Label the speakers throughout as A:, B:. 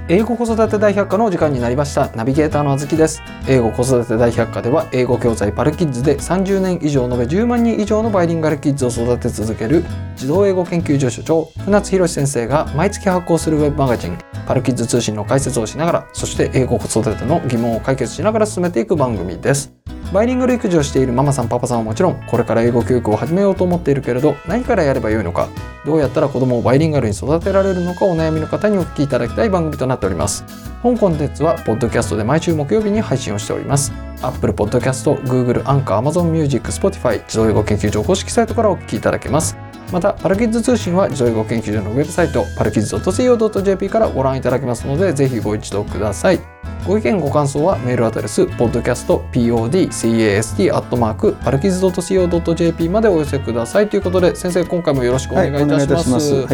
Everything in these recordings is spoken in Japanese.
A: 英語子育て大百科のお時間になりました。ナビゲーターのあずきです。英語子育て大百科では英語教材パルキッズで30年以上延べ10万人以上のバイリンガルキッズを育て続ける児童英語研究所所長船津博史先生が毎月発行するウェブマガジンパルキッズ通信の解説をしながら、そして英語子育ての疑問を解決しながら進めていく番組です。バイリンガル育児をしているママさんパパさんはもちろん、これから英語教育を始めようと思っているけれど何からやればよいのか、どうやったら子供をバイリンガルに育てられるのかお悩みの方にお聞きいただきたい番組となっております。本コンテンツはポッドキャストで毎週木曜日に配信をしております。 Apple Podcast、Google、Anchor、Amazon Music、Spotify 児童英語研究所公式サイトからお聞きいただけます。またパルキッズ通信は児童英語研究所のウェブサイトパルキッズ .co.jp からご覧いただけますので、ぜひご一読ください。ご意見ご感想はメールアドレス podcast.podcast@parkids.co.jp までお寄せください。ということで先生、今回もよろしくお願いいたします。はい、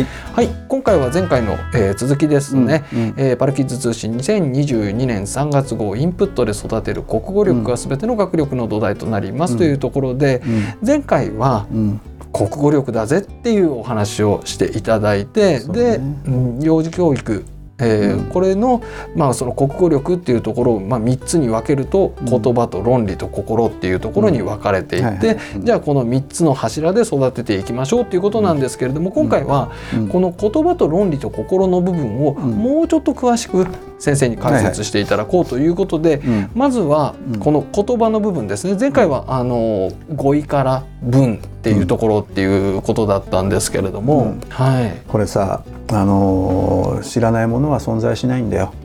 A: 今回は前回の、続きですね。パルキッズ通信2022年3月号インプットで育てる国語力がすべての学力の土台となりますというところで、前回は、国語力だぜっていうお話をしていただいて、で、幼児教育これの、その国語力っていうところを、3つに分けると言葉と論理と心っていうところに分かれていて、じゃあこの3つの柱で育てていきましょうっていうことなんですけれども、今回はこの言葉と論理と心の部分をもうちょっと詳しく先生に解説していただこうということで、まずはこの言葉の部分ですね。前回は語彙から文っていうところっていうことだったんですけれども、
B: これさ、知らないものは存在しないんだよ。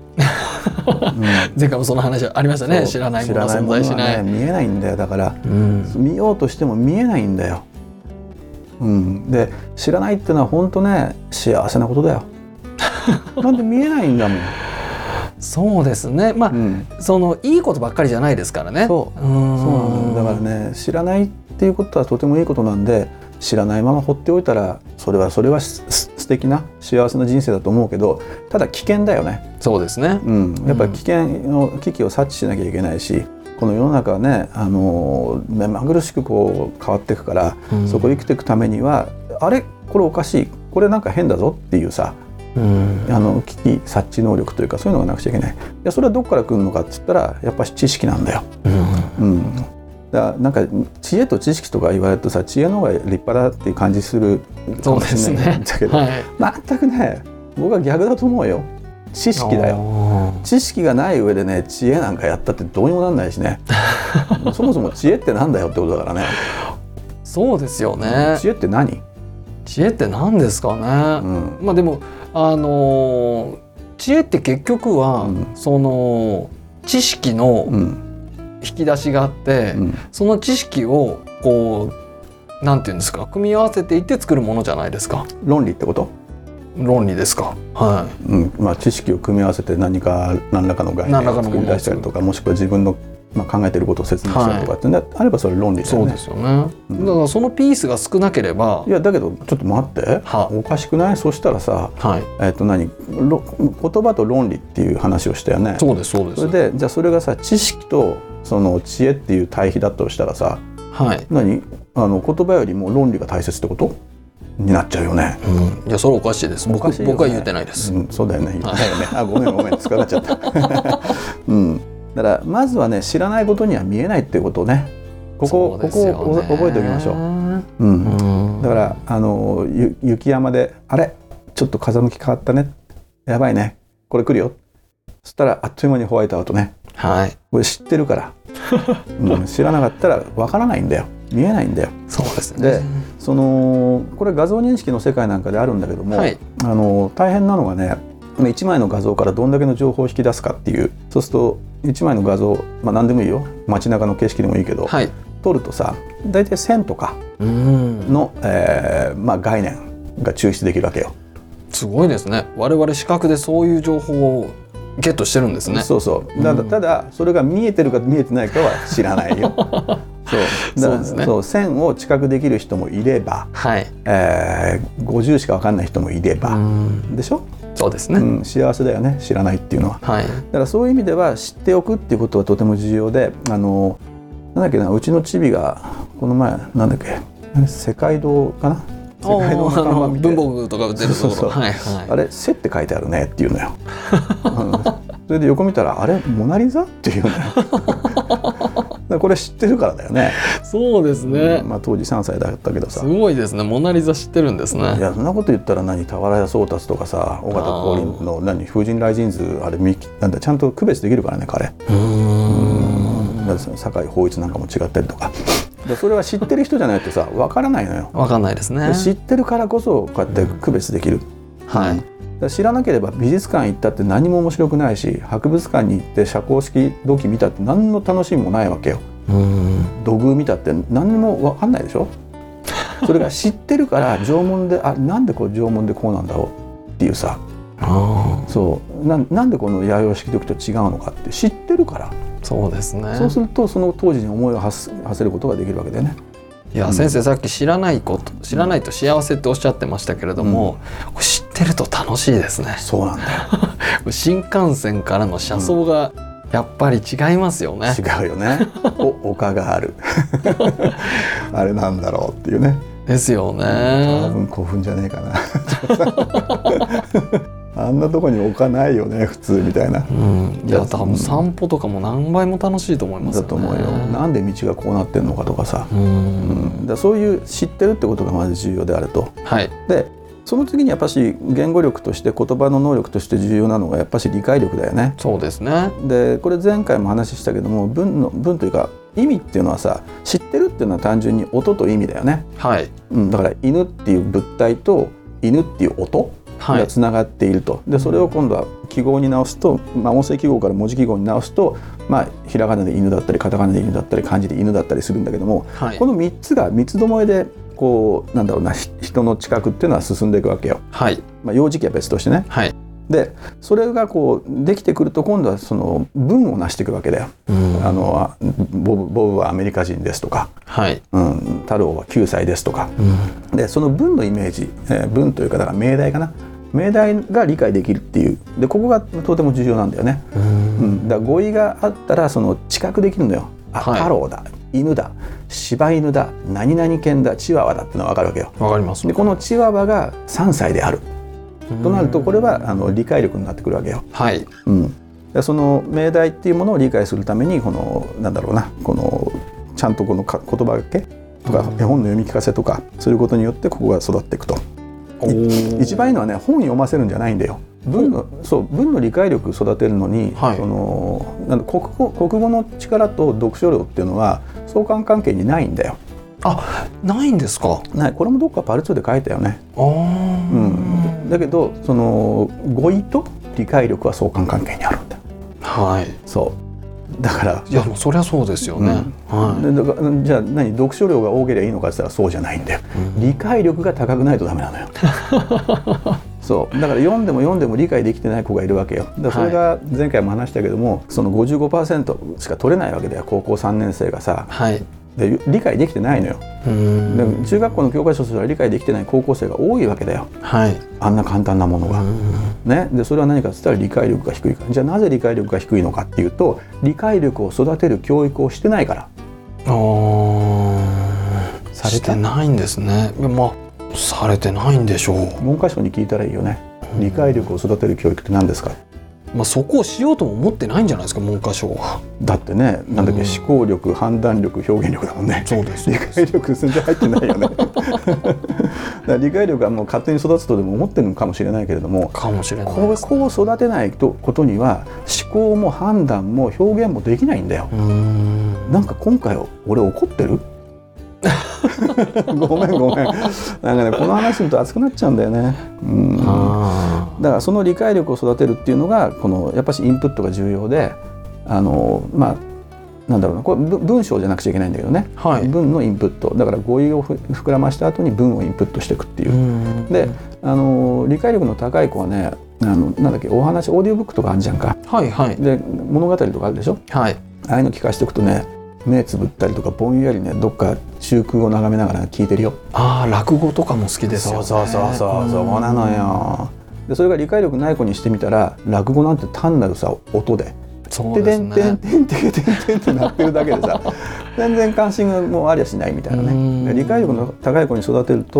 A: 前回もその話ありましたね。知らないものは存在しない。
B: 見えないんだよ。だから、見ようとしても見えないんだよ。で、知らないっていうのは本当ね、幸せなことだよ。なんで見えないんだもん。
A: そうですね。そのいいことばっかりじゃないですからね。
B: そうなんだ。だからね、知らないっていうことはとてもいいことなんで、知らないまま放っておいたらそれは素敵な幸せな人生だと思うけど、ただ危険だよね。
A: そうですね。
B: やっぱり危機を察知しなきゃいけないし、この世の中はね、目まぐるしくこう変わっていくから、そこを生きていくためには、あれこれおかしい、これなんか変だぞっていうさ、危機察知能力というか、そういうのがなくちゃいけない。いや、それはどこから来るのかって言ったら、やっぱり知識なんだよ。だからなんか知恵と知識とか言われるとさ、知恵の方が立派だっていう感じするかもしれないんだけど、全くね、僕は逆だと思うよ。知識だよ。知識がない上でね、知恵なんかやったってどうにもなんないしね。そもそも知恵ってなんだよってことだからね。
A: そうですよね。
B: 知恵って何？
A: 知恵って何ですかね。でも知恵って結局は、その知識の引き出しがあって、その知識をこうなんていうんですか、組み合わせていって作るものじゃないですか。
B: 論理ってこと？
A: 論理ですか。
B: 知識を組み合わせて何らかの概念を作り出したりとか、もしくは自分の考えていることを説明したりとかってあれば、それ論理だよね。
A: そうですよね。だからそのピースが少なければ、
B: いや、だけどちょっと待って、おかしくない？そしたらさ、言葉と論理っていう話をしたよね。
A: そうですそうです。
B: それでじゃあそれがさ、知識とその知恵っていう対比だとしたらさ、言葉よりも論理が大切ってことになっちゃうよね。
A: いや、それおかしいです。僕は言ってないです。
B: そうだよね。言ってないよね。ごめん突っかかっちゃった。だからまずはね、知らないことには見えないっていうことをね、ここを覚えておきましょう。だから雪山で、あれちょっと風向き変わったね、やばいね、これ来るよ、そしたらあっという間にホワイトアウトね。これ知ってるから、知らなかったらわからないんだよ、見えないんだよ。
A: そうですね。
B: で、これ画像認識の世界なんかであるんだけども、大変なのがね、1枚の画像からどんだけの情報を引き出すかっていう。そうすると1枚の画像、何でもいいよ、街中の景色でもいいけど、撮るとさ、大体線とかの、概念が抽出できるわけよ。
A: すごいですね。我々視覚でそういう情報をゲットしてるんですね。
B: ただそれが見えてるか見えてないかは知らないよ。そうですね。線を知覚できる人もいれば、50しか分かんない人もいれば、でしょ。
A: そうですね。
B: 幸せだよね、知らないっていうのは。だからそういう意味では知っておくっていうことはとても重要で、なんだっけな、うちのチビがこの前、なんだっけ、世界堂かな
A: 世界堂の看板見て
B: 文房具とか売ってるところ
A: そうそう、はいはい、
B: あれ背って書いてあるねっていうのよ、それで横見たらあれモナリザっていうのよこれ知ってるからだよね。
A: そうですね、
B: 当時3歳だったけどさ。
A: すごいですね。モナリザ知ってるんですね。
B: いやそんなこと言ったら俵屋宗達とかさ、尾形光琳の風神雷神図あれなんだちゃんと区別できるからね彼。酒井法一なんかも違ったりとか。でそれは知ってる人じゃないとさ分からないのよ。
A: 分かんないですね。
B: 知ってるからこそこうやって区別できる。
A: はい。
B: 知らなければ美術館行ったって何も面白くないし、博物館に行って社交式土器見たって何の楽しみもないわけよ。土偶見たって何にも分かんないでしょ。それが知ってるから縄文でなんでこう縄文でこうなんだろうっていうさ、そうなんでこの弥生式土器と違うのかって知ってるから。
A: そうですね。
B: そうするとその当時に思いを馳せることができるわけだよね。
A: いや、先生さっき知らないと幸せっておっしゃってましたけれども、知ってると楽しいですね。
B: そうなんだよ。
A: 新幹線からの車窓がやっぱり違いますよね。
B: 違うよね。丘がある。あれなんだろうっていうね。
A: ですよね。
B: 多分興奮じゃねえかな。あんなとこに丘ないよね普通みたいな。
A: いや多分散歩とかも何倍も楽しいと思いますよね。
B: だと思うよ。なんで道がこうなってるのかとかさ。だそういう知ってるってことがまず重要であると。
A: はい。で
B: その次にやっぱし言語力として言葉の能力として重要なのがやっぱし理解力だよね。
A: そうですね。
B: でこれ前回も話したけども文というか意味っていうのはさ、知ってるっていうのは単純に音と意味だよね。
A: はい。
B: だから犬っていう物体と犬っていう音がつながっていると。でそれを今度は記号に直すと、音声記号から文字記号に直すと、ひらがなで犬だったりカタカナで犬だったり漢字で犬だったりするんだけども、はい、この3つが三つどもえでこうなんだろうな、人の知覚っていうのは進んでいくわけよ。はい。幼児期は別としてね。はい。でそれがこうできてくると今度はその文を成していくわけだよ。ボブはアメリカ人ですとか、はい、太郎は9歳ですとか、でその文のイメージ、文というかだから命題かな、命題が理解できるっていうで、ここがとても重要なんだよね。だから語彙があったらその知覚できるのよ。はい、太郎だ、犬だ、柴犬だ、何々犬だ、チワワだってのが分かるわけよ。分かります。でこのチワワが3歳であるとなると、これは理解力になってくるわけよ。はい。その命題っていうものを理解するためにこのなんだろうな、このちゃんとこの言葉がけとか絵本の読み聞かせとかそういうことによってここが育っていくと。一番いいのはね、本読ませるんじゃないんだよ。文の理解力育てるのに、はい、国語の力と読書量っていうのは相関関係にないんだよ。あ、ないんですか。ない。これもどっかパル2で書いたよね。だけどその語彙と理解力は相関関係にあるんだ。はい。そうだからいやもうそりゃそうですよね。だからじゃあ読書量が多ければいいのかって言ったらそうじゃないんだよ。理解力が高くないとダメなのよ。そうだから読んでも理解できてない子がいるわけよ。だからそれが前回も話したけども、その 55% しか取れないわけだよ、高校3年生がさ。はい。で理解できてないのよ。で中学校の教科書すら理解できてない高校生が多いわけだよ。はい。あんな簡単なものが。ね。でそれは何かって言ったら理解力が低いから。じゃあなぜ理解力が低いのかっていうと、理解力を育てる教育をしてないから。されてないんですね。されてないんでしょう。文科省に聞いたらいいよね。理解力を育てる教育って何ですか。そこをしようとも思ってないんじゃないですか、文科省は。だってね、なんだっけ、思考力、判断力、表現力だもんね。そうです。理解力全然入ってないよね。だから理解力はもう勝手に育つとでも思ってるのかもしれないけれども、こう育てないことには思考も判断も表現もできないんだよ。なんか今回俺怒ってる？ごめんなんかね、この話すると熱くなっちゃうんだよね。だからその理解力を育てるっていうのがこのやっぱしインプットが重要で、なんだろうな、これ文章じゃなくちゃいけないんだけどね、はい、文のインプットだから語彙を膨らました後に文をインプットしていくっていう。で理解力の高い子はね、なんだっけ、お話オーディオブックとかあるじゃんか。はいはい。で物語とかあるでしょ。はい。ああいうの聞かせておくとね、目つぶったりとかぼんやりね、どっか中空を眺めながら聞いてるよ。ああ、落語とかも好きですよね。そうなのよ。でそれが理解力ない子にしてみたら、落語なんて単なるさ音でででんてんてんてんてんてんってなってるだけでさ全然関心がもうありゃしないみたいなね。理解力の高い子に育てると、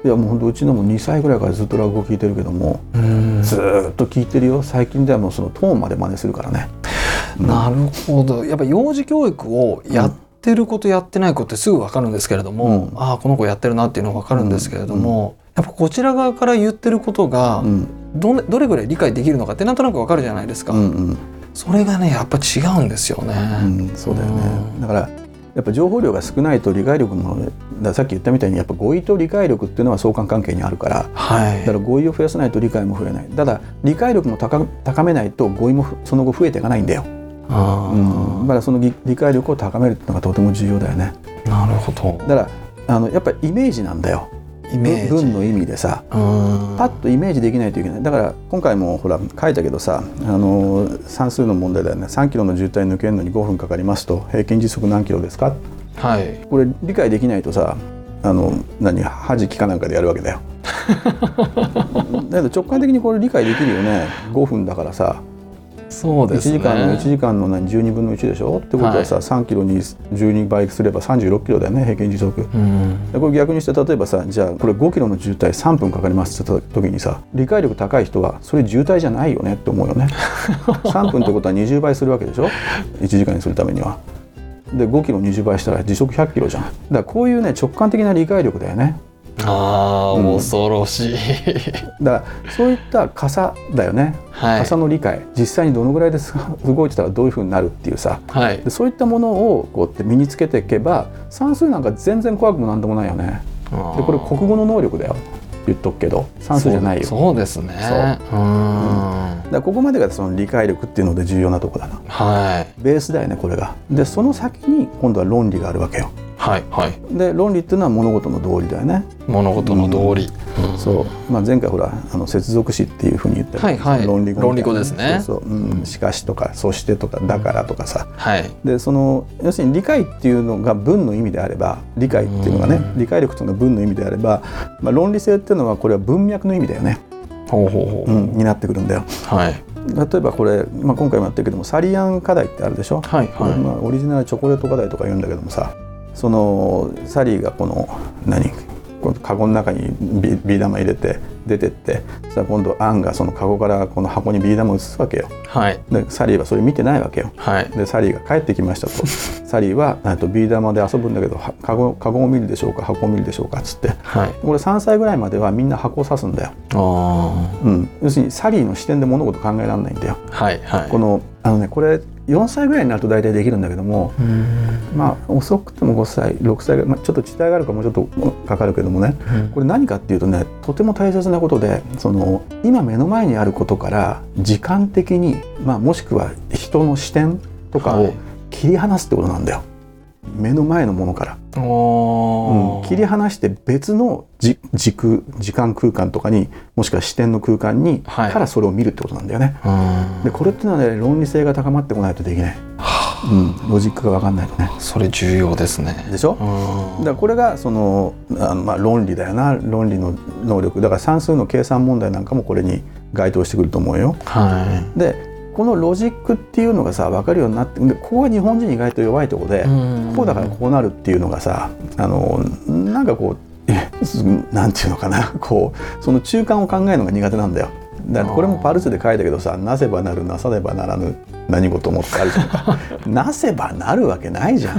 B: いやもう本当うちのも2歳ぐらいからずっと落語聞いてるけども、ずっと聞いてるよ。最近ではもうそのトーンまで真似するからね。
A: なるほど。やっぱ幼児教育をやってることやってないことってすぐ分かるんですけれども、ああこの子やってるなっていうのが分かるんですけれども、やっぱこちら側から言ってることがどれぐらい理解できるのかってなんとなく分かるじゃないですか。それがねやっぱ違うんですよね。
B: そうだよね。だからやっぱ情報量が少ないと理解力もさっき言ったみたいにやっぱ語彙と理解力っていうのは相関関係にあるから、だから語彙を増やさないと理解も増えない。ただ理解力も高めないと語彙もその後増えていかないんだよ。だからその理解力を高めるっていうのがとても重要だよね。
A: なるほど。
B: だからやっぱりイメージなんだよ。文の意味でさ、パッとイメージできないといけない。だから今回もほら書いたけどさ、算数の問題だよね。3キロの渋滞抜けるのに5分かかりますと、平均時速何キロですか、これ理解できないとさ、恥かなんかでやるわけだよ。だけど直感的にこれ理解できるよね。5分だからさ、
A: そうですね、
B: 1時間の12分の1でしょってことはさ、3キロに12倍すれば36キロだよね、平均時速。これ逆にして例えばさ、じゃあこれ5キロの渋滞3分かかりますって言った時にさ、理解力高い人はそれ渋滞じゃないよねって思うよね。3分ってことは20倍するわけでしょ、1時間にするためには。で5キロ20倍したら時速100キロじゃん。だからこういうね直感的な理解力だよね。
A: 恐ろしい。
B: だからそういった傘だよね、傘の理解、実際にどのぐらいで動いてたらどういうふうになるっていうさ、でそういったものをこうやって身につけていけば、算数なんか全然怖くもなんでもないよね。でこれ国語の能力だよ、言っとくけど算数じゃないよ。
A: そうですね。
B: だからここまでがその理解力っていうので重要なとこだな。ベースだよねこれが。でその先に今度は論理があるわけよ。で論理っていうのは物事の道理だよね。
A: 物事の道理。
B: そう、前回ほら接続詞っていうふうに言ったり、論理語
A: ですね。
B: しかしとかそしてとかだからとかさ、でその要するに理解っていうのが文の意味であれば、理解っていうのがね、理解力というのが文の意味であれば、論理性っていうのはこれは文脈の意味だよね。になってくるんだよ。例えばこれ、今回もやってるけども、サリアン課題ってあるでしょ。オリジナルチョコレート課題とか言うんだけどもさ、そのサリーがこのカゴの中にビー玉入れて出てって、そしたら今度アンがそのカゴからこの箱にビー玉を移すわけよ。でサリーはそれ見てないわけよ。でサリーが帰ってきましたと。サリーはビー玉で遊ぶんだけど、カゴを見るでしょうか、箱を見るでしょうかっつって、これ3歳ぐらいまではみんな箱を指すんだよ。要するにサリーの視点で物事考えられないんだよ。このこれ4歳ぐらいになると大体できるんだけども、遅くても5歳6歳ぐらい、ちょっと遅滞があるからもうちょっとかかるけどもね、これ何かっていうとね、とても大切なことで、その今目の前にあることから時間的に、もしくは人の視点とかを切り離すってことなんだよ。目の前のものから、切り離して別の時間空間とかに、もしくは視点の空間に、からそれを見るってことなんだよね。でこれっていうのはね、論理性が高まってこないとできない。ロジックが分かんないとね。
A: それ重要ですね。
B: でしょ。だからこれがその論理だよな。論理の能力だから、算数の計算問題なんかもこれに該当してくると思うよ。でこのロジックっていうのがさ分かるようになって、でここが日本人意外と弱いところで、こうだからこうなるっていうのがさ、なんかこうなんていうのかな、こうその中間を考えるのが苦手なんだよ。だからこれもパルツで書いたけどさ、なせばなる、なさねばならぬ何事もってあるじゃんか。なせばなるわけないじゃん。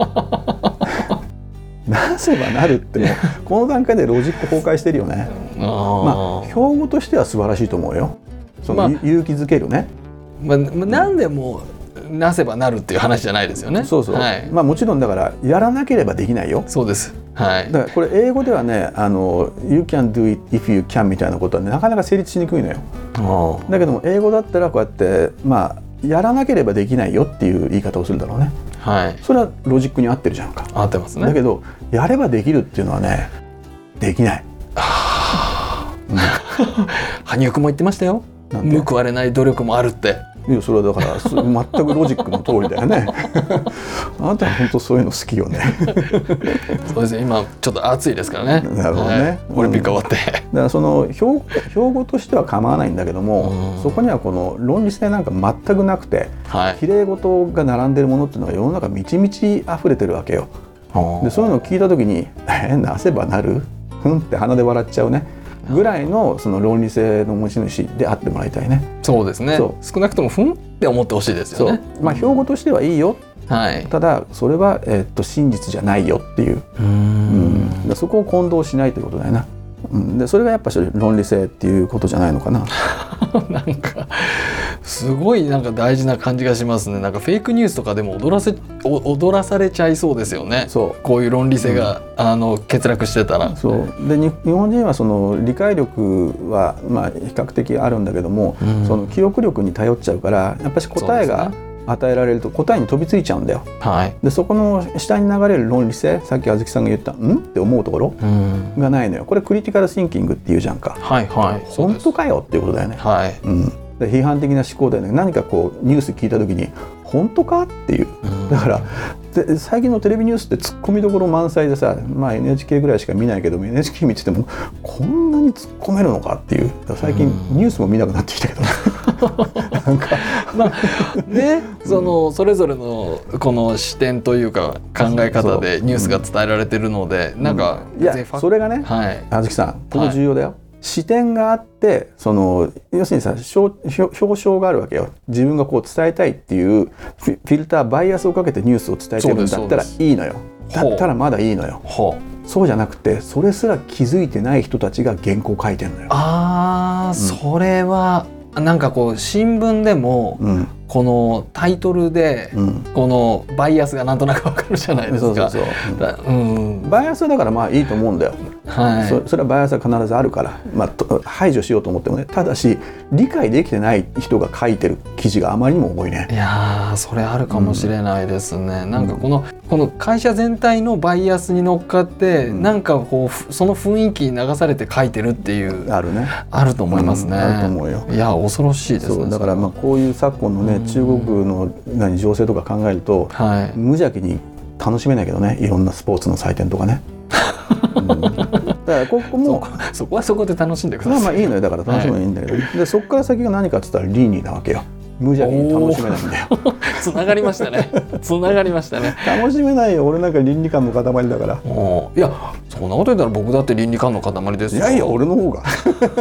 B: なせばなるってもうこの段階でロジック崩壊してるよね。標語としては素晴らしいと思うよ。その勇気づけるね。
A: 何でもなせばなるっていう話じゃないですよね。
B: もちろんだからやらなければできないよ。
A: そうです。だ
B: からこれ英語ではね、You can do it if you can みたいなことはね、なかなか成立しにくいのよ。だけども英語だったらこうやってやらなければできないよっていう言い方をするだろうね。それはロジックに合ってるじゃんか。
A: 合ってますね。
B: だけどやればできるっていうのはね、できない。
A: 羽生くんも言ってましたよ。報われない努力もあるって。
B: いやそれはだから全くロジックの通りだよね。あなたは本当そういうの好きよね。
A: そうですね。今ちょっと暑いですからね。
B: なるほどね。
A: オリンピック終わって。
B: だからその標語としては構わないんだけども、そこにはこの論理性なんか全くなくて、綺麗事が並んでるものっていうのが世の中みちみち溢れてるわけよ。でそういうのを聞いた時になせばなるふんって鼻で笑っちゃうねぐらいのその論理性の持ち主であってもらいたいね。
A: そうですね。少なくともふんって思ってほしいですよね。
B: まあ標語としてはいいよ、
A: はい、
B: ただそれは、真実じゃないよっていう、そこを混同しないということだよな。でそれがやっぱり論理性っていうことじゃないのかな。
A: なんかすごいなんか大事な感じがしますね。なんかフェイクニュースとかでも踊らされちゃいそうですよね。こういう論理性が、欠落してたら。
B: そうで日本人はその理解力はまあ比較的あるんだけども、その記憶力に頼っちゃうからやっぱり答えが与えられると答えに飛びついちゃうんだよ。でそこの下に流れる論理性、さっきあずきさんが言ったんって思うところがないのよ。これクリティカルシンキングっていうじゃんか。本当かよっていうことだよね。批判的な思考だよね。何かこうニュース聞いた時に本当かっていう、だから最近のテレビニュースってツッコミどころ満載でさ、まあ NHK ぐらいしか見ないけども NHK 見ててもこんなに突っ込めるのかっていう、最近ニュースも見なくなってきたけどなんか
A: まあね、それぞれのこの視点というか考え方でニュースが伝えられてるので、なんか
B: いやそれがね、あずきさんここ重要だよ。視点があって要するにさ表彰があるわけよ。自分がこう伝えたいっていうフィルターバイアスをかけてニュースを伝えてるんだったらいいのよ。だったらまだいいのよ。そうじゃなくてそれすら気づいてない人たちが原稿書いてんのよ。
A: それはなんかこう新聞でも、このタイトルで、このバイアスがなんとなくわかるじゃないですか。
B: バイアスだからまあいいと思うんだよ。それはバイアスは必ずあるから、排除しようと思ってもね。ただし理解できてない人が書いてる記事があまりにも多いね。
A: いやそれあるかもしれないですね。なんかこの会社全体のバイアスに乗っかって、なんかこうその雰囲気に流されて書いてるっていう
B: あるね。
A: あると思いますね。
B: あると思うよ。
A: いや恐ろしいですね。
B: だからこういう昨今のね、中国の情勢とか考えると、無邪気に楽しめないけどね、いろんなスポーツの祭典とかね。だからここも
A: そこはそこで楽しんでください。
B: まあいいのよ。だから楽しむのはいいんだけど、でそこから先が何かって言ったら倫理なわけよ。無邪気に楽しめないんだよ。
A: つながりましたね。つながりましたね。
B: 楽しめないよ。俺なんか倫理観の塊だから。
A: いやそんなこと言ったら僕だって倫理観の塊ですよ。
B: いや俺の方が。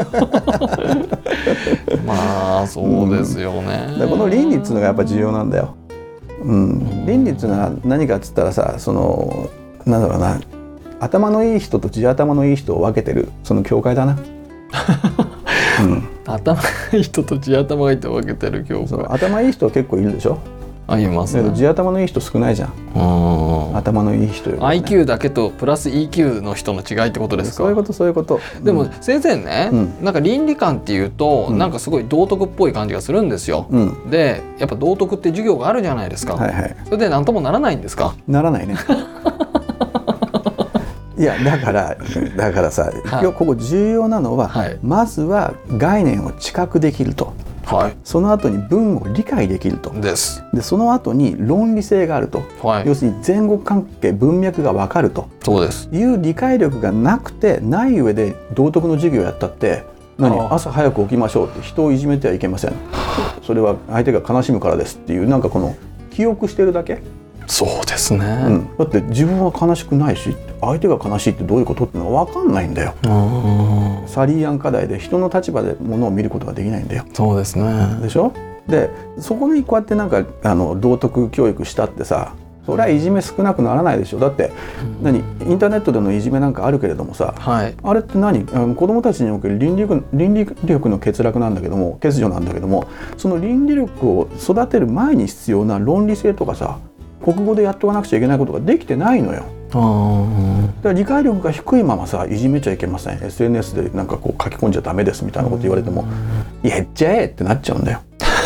A: まあそうですよね。
B: この倫理っていうのがやっぱ重要なんだよ。倫理っていうのは何かっつったらさ、なんだろうな、頭のいい人と地頭のいい人を分けてるその境界だな。
A: 頭がいい人と地頭がいい人を分けてる境界。
B: 頭いい人は結構いるでしょ。
A: いますね。
B: 地頭のいい人少ないじゃん。頭のいい人より、
A: IQ だけとプラス EQ の人の違いってことですか。
B: そういうこと。
A: でも先生ね、なんか倫理観っていうと、なんかすごい道徳っぽい感じがするんですよ。でやっぱ道徳って授業があるじゃないですか。それで何ともならないんですか。
B: ならないね。いやだからさ、ここ重要なのは、まずは概念を知覚できると。その後に文を理解できると。でその後に論理性があると。要するに前後関係文脈が分かると。いう理解力がなくてない上で道徳の授業をやったって朝早く起きましょうって人をいじめてはいけません。それは相手が悲しむからですっていう、なんかこの記憶してるだけ。
A: そうですね、
B: だって自分は悲しくないし相手が悲しいってどういうことってのは分かんないんだよ。サリーアン課題で人の立場でものを見ることができないんだよ。
A: そうですね。
B: でしょ。でそこにこうやってなんか道徳教育したってさ、それはいじめ少なくならないでしょ。だってインターネットでのいじめなんかあるけれどもさ、あれって子どもたちにおける倫理力の欠如なんだけども、その倫理力を育てる前に必要な論理性とかさ、国語でやっとかなくちゃいけないことができてないのよ。だから理解力が低いままさ、いじめちゃいけません、 SNS でなんかこう書き込んじゃダメですみたいなこと言われても、やっちゃえってなっちゃうんだよ。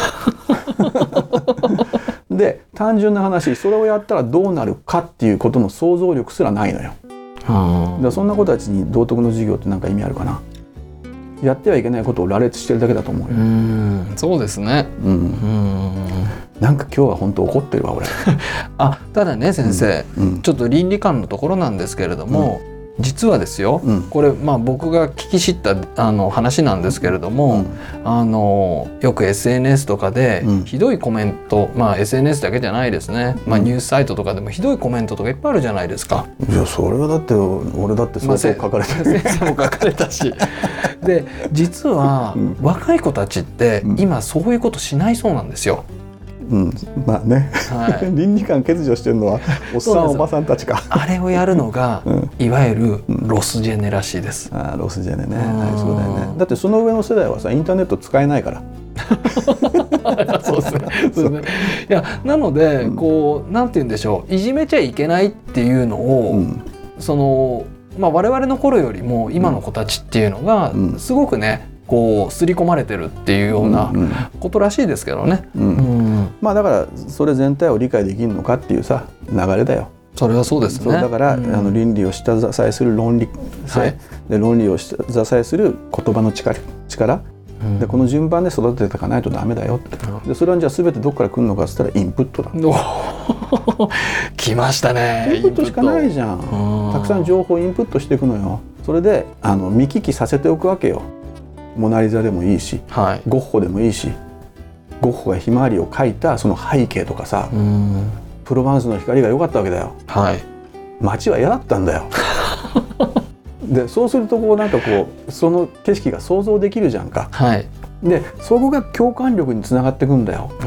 B: で単純な話、それをやったらどうなるかっていうことの想像力すらないのよ。だからそんな子たちに道徳の授業って何か意味あるかな。やってはいけないことを羅列してるだけだと思うよ。
A: そうですね。
B: なんか今日は本当怒ってるわ俺。
A: ただね先生、ちょっと倫理観のところなんですけれども、 実はですよ、これ僕が聞き知った話なんですけれども、よく SNS とかでひどいコメント、SNS だけじゃないですね、ニュースサイトとかでもひどいコメントとかいっぱいあるじゃないですか。
B: いやそれはだって俺だって相当書かれてる、
A: 先生も書かれたしで実は若い子たちって今そういうことしないそうなんですよ。
B: まあね、倫理観欠如してるのはおっさんおばさんたちか。
A: あれをやるのが、いわゆるロスジェネらしいです。
B: ロスジェネね、そうだよね。だってその上の世代はさインターネット使えないから
A: そうですね。いやなのでこうなんて言うんでしょう、いじめちゃいけないっていうのを、その我々の頃よりも今の子たちっていうのがすごくねこう刷り込まれてるっていうようなことらしいですけどね。
B: だからそれ全体を理解できるのかっていうさ流れだよ。
A: それはそうですね。
B: だから倫理を下支えする論理性、で論理を下支えする言葉の力でこの順番で育てていかないとダメだよって。でそれはじゃあ全てどこから来るのかっつったらインプットだ。
A: 来ましたね。
B: インプットしかないじゃん。たくさん情報をインプットしていくのよ。それで見聞きさせておくわけよ。モナリザでもいいし、ゴッホでもいいし、ゴッホがひまわりを描いたその背景とかさ、プロヴァンスの光が良かったわけだよ。街は嫌だったんだよ。でそうするとこうなんかこうその景色が想像できるじゃんか。でそこが共感力につながっていくんだよ。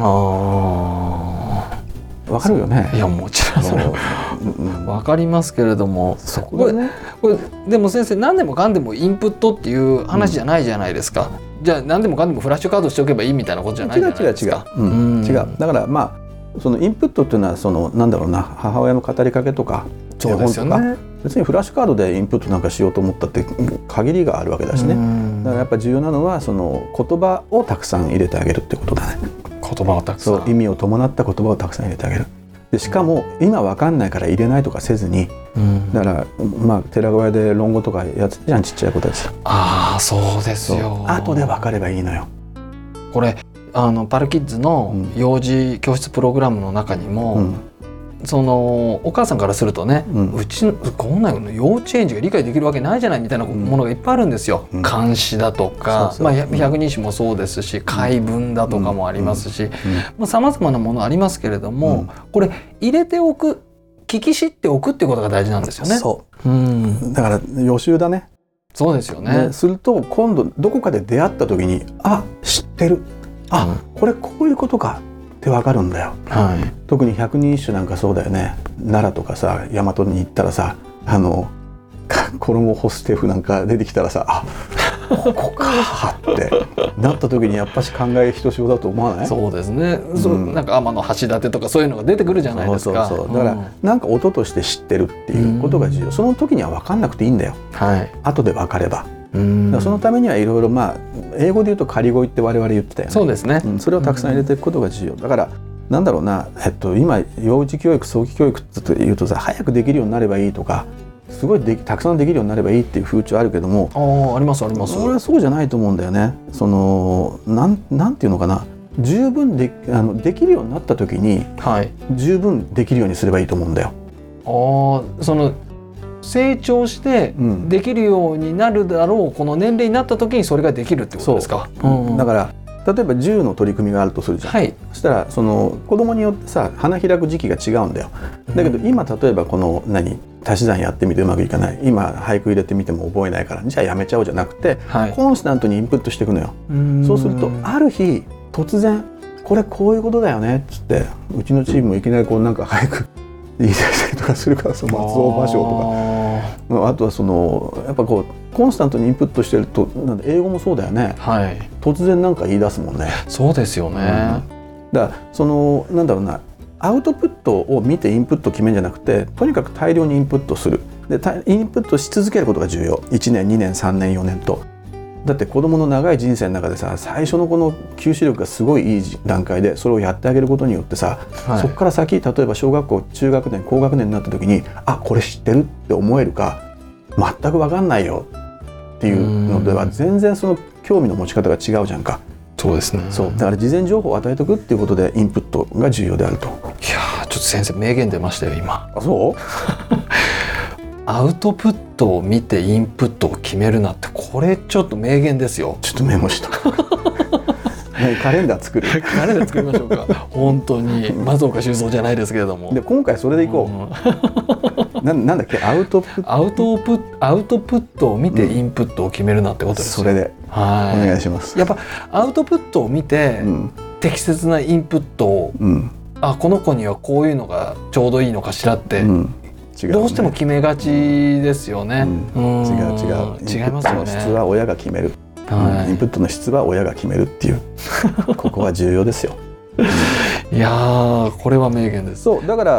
B: わかるよね。
A: いやもちろんそれわかりますけれども、
B: そこでね。
A: これでも先生何でもかんでもインプットっていう話じゃないじゃないですか。じゃあ何でもかんでもフラッシュカードしておけばいいみたいなことじゃないじゃないですか。
B: 違う。だからそのインプットっていうのはそのなんだろうな、母親の語りかけとか絵本とか、別にフラッシュカードでインプットなんかしようと思ったって限りがあるわけだしね。だからやっぱ重要なのはその言葉をたくさん入れてあげるってことだね。
A: 言葉をたくさん、
B: そう意味を伴った言葉をたくさん入れてあげる。でしかも今わかんないから入れないとかせずに、だから寺小屋で論語とかやってたじゃん、ちっちゃい子たち。
A: そうですよ。
B: 後で分かればいいのよ。
A: これパルキッズの幼児教室プログラムの中にも、そのお母さんからするとね、うちこんなの幼稚園児が理解できるわけないじゃないみたいなものがいっぱいあるんですよ。漢詩だとか百人詩もそうですし、解文だとかもありますし、さまざまなものありますけれども、これ入れておく、聞き知っておくっていうことが大事なんですよね。
B: だから予習だね。
A: そうですよね。
B: すると今度どこかで出会った時に知ってる、これこういうことかってわかるんだよ。特に百人一首なんかそうだよね。奈良とかさ大和に行ったらさ衣を干す手譜なんか出てきたらさここかってなった時にやっぱし考えひとしおだと思わない？
A: そうですね。なんか天の橋立とかそういうのが出てくるじゃないですか。
B: だからなんか音として知ってるっていうことが重要。その時には分かんなくていいんだよ。後で分かれば。そのためにはいろいろ英語で言うと仮語彙って我々言ってたよね。そうですね。それをたくさん入れていくことが重要。だからなんだろうな、今幼児教育早期教育って言うとさ、早くできるようになればいいとか、すごいたくさんできるようになればいいっていう風潮あるけども、
A: ありますあります。
B: 俺はそうじゃないと思うんだよね。そのなんていうのかな、十分できるようになった時に、十分できるようにすればいいと思うんだよ。
A: その成長してできるようになるだろう、この年齢になった時にそれができるってことですか。
B: だから例えば10の取り組みがあるとするじゃん。そしたらその子供によってさ花開く時期が違うんだよ。だけど今例えばこの足し算やってみてうまくいかない、今俳句入れてみても覚えないからじゃあやめちゃおうじゃなくて、コンスタントにインプットしていくのよ。そうするとある日突然これこういうことだよねっつって、うちのチームもいきなりこうなんか俳句言い出したりとかするから、松尾芭蕉とか、あとはそのやっぱこうコンスタントにインプットしてると、英語もそうだよね。突然なんか言い出すもんね。そうですよね。だからそのなんだろうな、アウトプットを見てインプット決めるんじゃなくて、とにかく大量にインプットする。でインプットし続けることが重要。1年2年3年4年と。だって子どもの長い人生の中でさ、最初のこの吸収力がすごいいい段階でそれをやってあげることによってさ、そこから先例えば小学校中学年高学年になった時にこれ知ってるって思えるか、全く分かんないよっていうのでは全然その興味の持ち方が違うじゃんか。そうですね。そうだから事前情報を与えておくっていうことでインプットが重要であると。いやちょっと先生名言出ましたよ今。そう
A: アウトプットを見てインプットを決めるなって、これちょっと名言ですよ。
B: ちょっとメモしたカレンダー作る
A: カレンダー作りましょうか本当に松岡修造じゃないですけれども、
B: で今回それでいこう、なんだっけ、アウトプ
A: ットを見てインプットを決めるなってことですよ。
B: それでお願いします。
A: やっぱアウトプットを見て、適切なインプットを、この子にはこういうのがちょうどいいのかしらって、どうしても決めがちですよね。
B: 違いますよね。質は親が決める、インプットの質は親が決めるっていうここは重要ですよ。
A: いやー、これは名言です。
B: そうだから、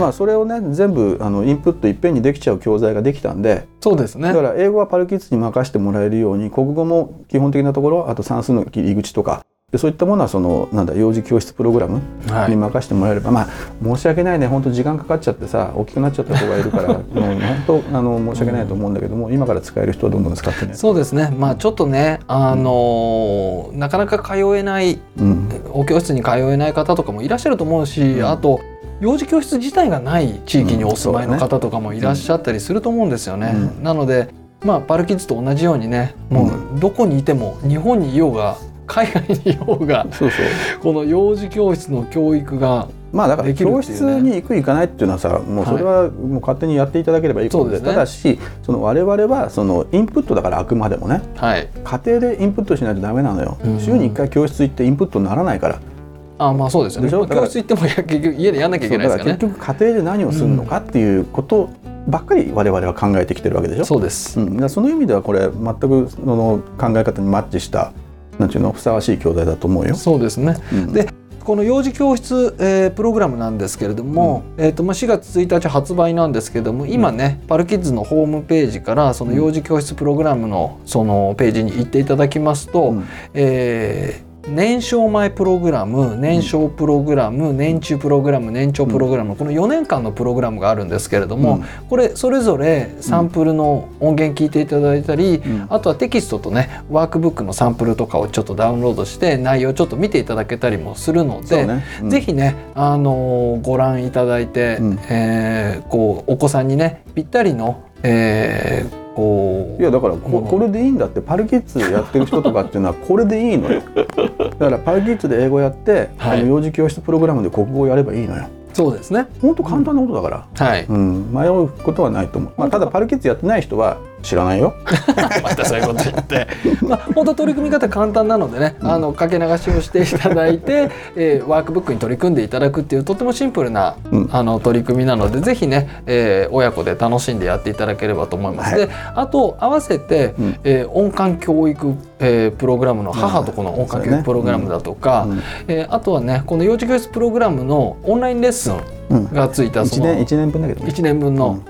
B: それをね全部インプットいっぺんにできちゃう教材ができたんで、
A: そうですね。
B: だから英語はパルキッズに任せてもらえるように、国語も基本的なところ、あと算数の入り口とかで、そういったものはその幼児教室プログラムに任せてもらえれば、申し訳ないね、本当時間かかっちゃってさ、大きくなっちゃった子がいるからもう本当申し訳ないと思うんだけども、今から使える人はどんどん使ってね。
A: そうですね。ちょっとね、なかなか通えない、お教室に通えない方とかもいらっしゃると思うし、あと幼児教室自体がない地域にお住まいの方とかもいらっしゃったりすると思うんですよね。なのでパルキッズと同じようにね、もうどこにいても、日本にいようが海外にいようが、この幼児教室の教育が
B: だから教室に行く行かないっていうのはさ、もうそれはもう勝手にやっていただければいいことで、ただし我々はそのインプットだから、あくまでもね、家庭でインプットしないとダメなのよ。週に1回教室行ってインプットにならないから。
A: そうですよね。教室行っても結局家でやんなきゃいけないですからね。
B: 結局家庭で何をするのかっていうことばっかり我々は考えてきてるわけでしょ。
A: そうです。
B: その意味ではこれ全くその考え方にマッチしたなんていうの、ふさわしい教材だと思うよ。
A: そうですね。でこの幼児教室、プログラムなんですけれども、4月1日発売なんですけれども、今ね、パルキッズのホームページからその幼児教室プログラムのそのページに行っていただきますと、年少前プログラム、年少プログラム、年中プログラム、年長プログラム、この4年間のプログラムがあるんですけれども、これそれぞれサンプルの音源聞いていただいたり、あとはテキストとね、ワークブックのサンプルとかをちょっとダウンロードして内容をちょっと見ていただけたりもするので、ぜひね、ご覧いただいて、お子さんにねぴったりの、い
B: やだからこれでいいんだって。パルキッズやってる人とかっていうのはこれでいいのよ。だからパルキッズで英語やって、幼児教室プログラムで国語をやればいいのよ。
A: そうですね。
B: 本当簡単なことだから、迷うことはないと思う。ただパルキッズやってない人は知らないよ
A: またそういうこと言って本当取り組み方簡単なのでね、かけ流しをしていただいて、ワークブックに取り組んでいただくっていうとてもシンプルな、取り組みなので、ぜひね、親子で楽しんでやっていただければと思います。であと合わせて、音感教育、プログラムの母と子の音感教育プログラムだとか、あとはね、この幼児教室プログラムのオンラインレッスンがついた
B: 1年分だけどね、
A: 1年分の、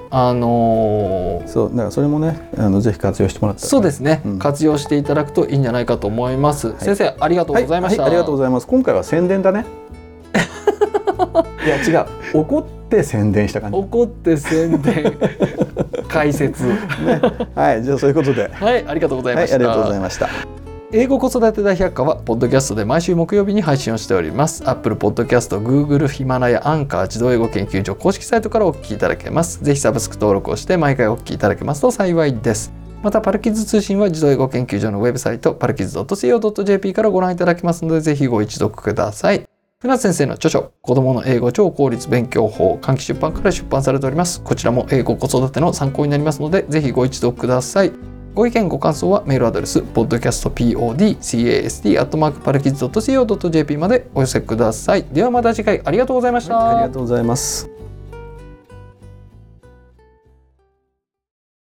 B: そうだからそれもね、ぜひ活用してもらったら、
A: そうですね、活用していただくといいんじゃないかと思います。先生、ありがとうございました。
B: ありがとうございます。今回は宣伝だねいや違う、怒って宣伝した感じ。
A: 怒って宣伝解説
B: ね、じゃあそういうことで、
A: ありがとうございました。
B: ありがとうございました。
A: 英語子育て大百科はポッドキャストで毎週木曜日に配信をしております。 Apple Podcast、Google、ヒマラヤ、アンカー、児童英語研究所公式サイトからお聞きいただけます。ぜひサブスク登録をして毎回お聞きいただけますと幸いです。またパルキッズ通信は児童英語研究所のウェブサイトパルキッズ .co.jp からご覧いただけますので、ぜひご一読ください。船津先生の著書、子どもの英語超効率勉強法、換気出版から出版されております。こちらも英語子育ての参考になりますので、ぜひご一読ください。ご意見ご感想はメールアドレス podcastpodcast@parkids.co.jp までお寄せください。ではまた次回、ありがとうございました。
B: ありがとうございます。